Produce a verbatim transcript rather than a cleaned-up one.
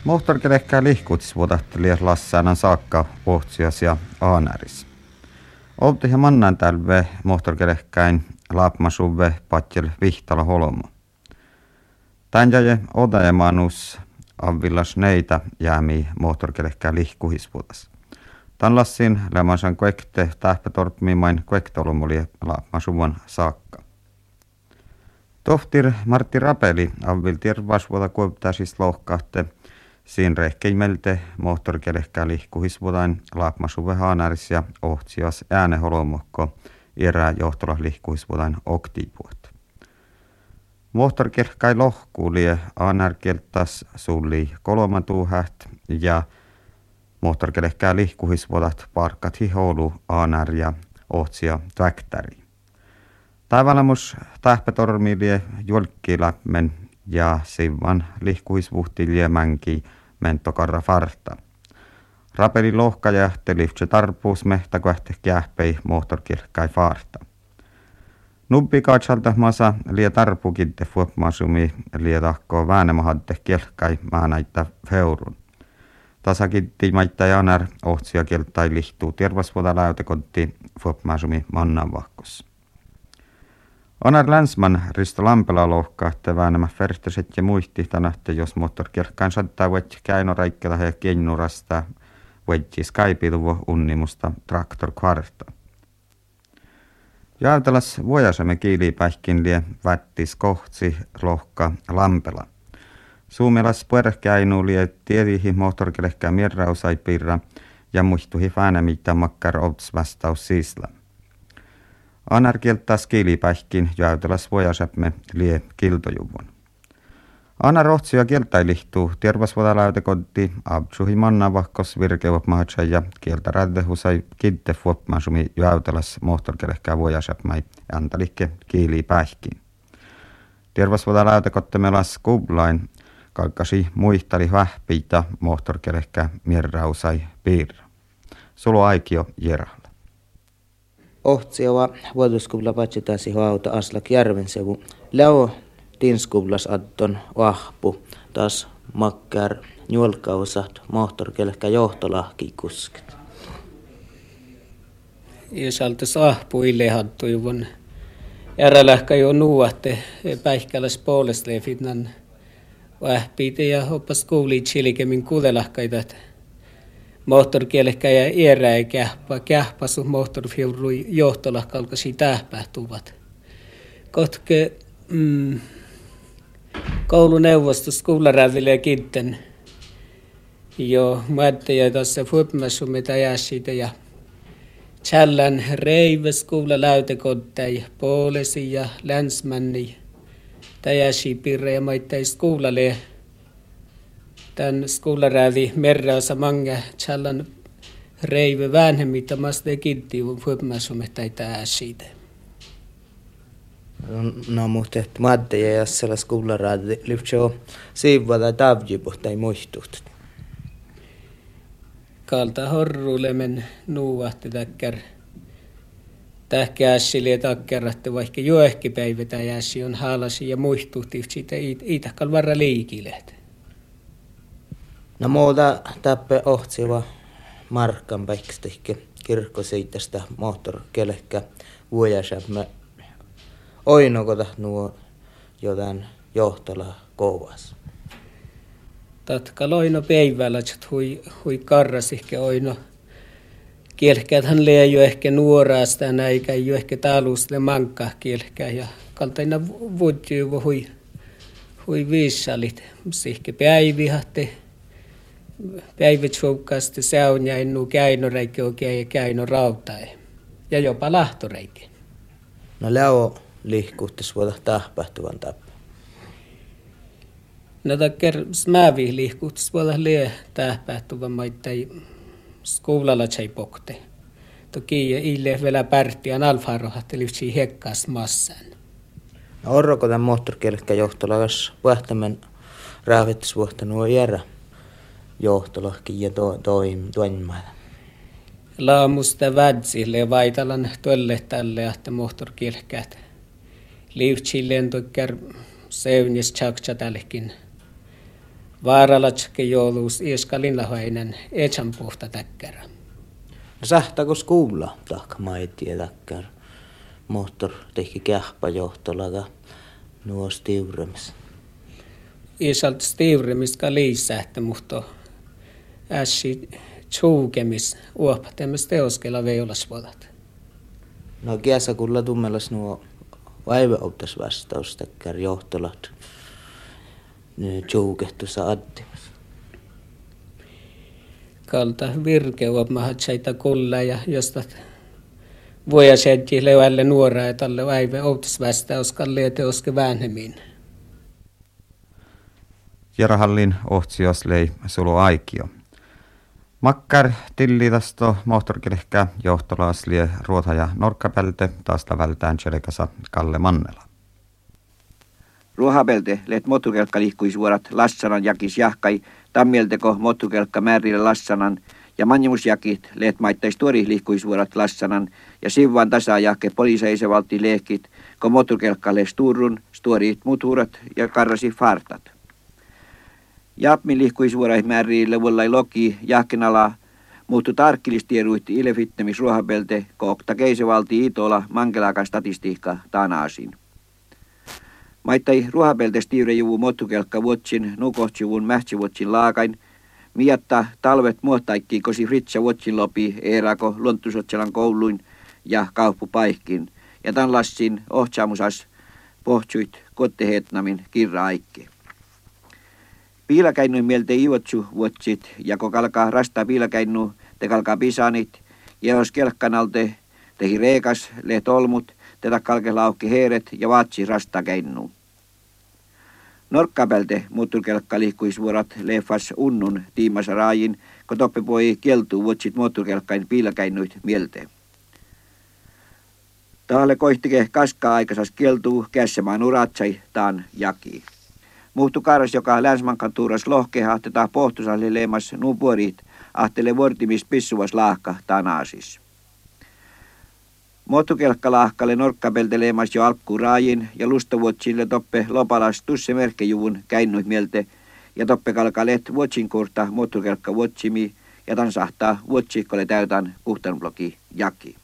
Moottorkelekkä lihkutis vuodahteli lassäänan saakka Pohtsijas ja Aanäris. Olti ja mannan tälve moottorkelekkäin laapmasuve patjel Vihtala Holmo. Tän jäi odaemanus avvillas neitä jäämi moottorkelekkä lihkuhisvuodas. Tän lassin lämmänsän kuekte tähpätorpmimain kuektolumuli laapmasuvan saakka. Tohtir Martti Rapeli avviltir vasvuota kuoptaa siis lohkahte. Siin rehkeimelte moottorkelekkä lihkuhisvuodain laapmasuve Haanäris ja Ohtsijas ääneholomokko erää johtola lihkuhisvuodain oktiipuot. Moottorkelkkai lohkuulie aanärkeltas sulli kolmatuuhäht ja moottorkelekkä lihkuhisvuodat parkkat hihoulu aanär ja Ohtsia tväktäri. Taivalamus tähpätormilie julkkilämmen ja sivan lihkuhisvuhtilie mänki mentokarra farta. Rapeli lohka jähteli se tarpuus mehtäkähte kähpei moottorkelkkai farta. Nubbi kaatsalta masa lie tarpukitte fuopmasumi lie tahkoo väänemahatte kelkkai määnäitä feurun. Tasakitti maittai anar Ohtsia keltai lihtuu tervasvuota läytekotti fuopmasumi mannanvahkos. Anar Länsman Risto Lampela lohkahte väänämä fertöset ja muisti tänähte, jos moottorkelkkain saattaa vuotti käinoreikkela ja kennurasta vuotti skaipiluvo unnimusta traktor kvarta. Jäytäläs vuojasemme kiilipähkin lie vättis kohtsi lohka Lampela. Suomelas puerkäinu lie tiedihi moottorkelekkä mierrausaipirra ja muistuhi väänämittä makkar outs vastaus siisla. Anar kieltäs kiilipähkin jäytäläs vuojasemme lie kiltojuvun. Anar Ohtsia kieltäi lihtuu tervasvuota läytekotti absuhi mannavahkos virkeuvat mahatsa ja kieltä räddehusai kitte fuopmasumi jäytäläs moottorkelekkä vuojasemme antalikke kiilipähkin. Tervasvuota läytekottemelas kublain kalkkasi muistali vähpiitä moottorkelekkä mierrausai piirra. Sulo aikio Jerahalla. Ohtsia vuotuskubla patsitasi hoauta Aslak Järvensevu. Leo tinskublas atton ahpu taas makkar juolkausat moottorkelekkä johtolahki kusket. Ja saltas ahpu ilehattu juvon järjelähkä jo nuuatte päihkäläs puolesleen fitnan vähpiite ja oppas kuuli chilikemin kuudelahkaita. Moottorkelekkä ja erää ja kähpä, kähpäsu moottorfiuru johtolahkalkasi tähpähtuvat. Kotke mm, kouluneuvostus kuularäville ja kitten. Jo mättejä tässä fuopmassumme täjäsitä ja Tjälän reives kuula läytekottai puolesi ja länsmänni täjäsi pirre ja maittai skuulalle. Tän skuularävi merraosa manga Tjälän reive väänhemmitä maste kitti fuopmassumme täjäsitä. No mutta että mättejä ja siellä skuularävi lyhtsoo siivua tai tavjipu tai muistuut. Kalta horrulemen nuuahti täkkär. Tähkäässili ja takkerratte vaikka joehkipäivä tai ässi on haalasi ja muistuhti siitä iitäkkal varra liikileet. No muuta täppä Ohtsiva markkan päikstihke kirkko siitä sitä moottorkelekkä vuojasämmä. Oinokota nuo jotain johtola kovas. Tatka loino päivällä, että hui, hui karrasihke oino. Kielkkäät hän lee jo ehkä nuoraasta näikä, jo ehkä talusta mankka kielkkää. Ja kaltaina vuodjuva hui, hui viissalit. Sihke päivihahti. Päivät suukkaasti säunjainnu käinoreikki oikein ja käino rautai. Ja jopa lahtoreikki. No Leo lihkuhtis vuoda tahpahtuvan tappa. No takker smäävi liihkuhtis vuoda lee tahpahtuvan maittai skuulalla tjai pokte. Toki ille vielä pärtiän alfarohat eli si hekkas massan. No orroko tämän moottorkelkkä johtolakas vuohtamen raavittis vuohta nuo järä johtolahki ja to, toim, toimimaan. Laamusta vädsille vaitalan tuolle tälle ahte vaaralatsakke jouluus iska linlahoinen etsän puhta täkkärä. No sähtäkos kuulla tahka maitia täkkärä. Moottor tehki kähpä johtolaga nuo stiuremis. Isalt stiuremis ka liisähtä muhto ässi tsuukemis uopatemis teoskella veulasvodat. No kesäkulla tummelas nuo vaiveoptas vastaus täkkär johtolat. Nyt tsuukehtussa addimas. Kalta virkeuop mahatsaita kulla ja josta voja sedji levälle nuoraa ja talle vaive optas vastaus kallia teoske väänhemiin. Järahallin ohtsijos lei sulu aikio. Makkar tillidasto moottorkelehkä johtolaaslie ruota ja norkkapälte taasta vältään tjelekasa Kalle Mannela. Ruohapelte leet moottorkelkka liikkuisuorat Lassanan jakis jahkai tammielteko moottorkelkka määrille Lassanan ja manjimusjakit leet maittais tuori liikkuisuorat Lassanan ja sivvan tasa jahke poliiseisevalti leekit ko moottorkelkka lees turrun stuoriit muturat ja karrasi fartat. Japmin liikkuisuorai määrille vuollai loki jahkenala muuttu tarkkilistieruit ilefittemis ruohapelte kookta keisevalti itola mankelakan statistiikka tanaasin. Maittai ruohapeltes tiirejuvu mottukelkka vuotsin nukohtsivun mähtsivotsin laakain, miatta talvet muottaikki kosi fritsa vuotsin lopi eerako luontusotselan kouluin ja kauppupaikkin, ja tan lassin ohtsaamusas pohtsuit kottehetnamin kirra-aikke. Piilakäinnuin mielte iivotsu vuotsit, ja ko kalkaa rastaa piilakäinnu, te kalkaa pisanit, ja jos kelkkanalte tehi reekas, leet olmut, tätä kalkelauhki heeret ja vaatsi rasta keinnu. Norkkapälte moottorkelkka liikkuisvuorat leffas unnun tiimassa raajin, kun toppe voi kieltuu vuotsit moottorkelkkain piilakäinnuit mielte. Taalle koihtike kaskaa aikasas kieltuu kässämaan uratsai taan jaki. Muhtu karas, joka länsmankan tuuras lohkeha, tätä pohtusalle leemas nupuorit, ahtele vortimis pissuvas laahka taan aasis. Moottokelkkalahkalle norkkapelte leemas jo alkkuun raajin ja lustavuotsille toppe lopalas tusse merkkejuvun käinnuit mielte ja toppe kalkalet vuotsin kurta moottokelkka vuotsimi ja tansahtaa vuotsikkolle täytän puhtanbloki jaki.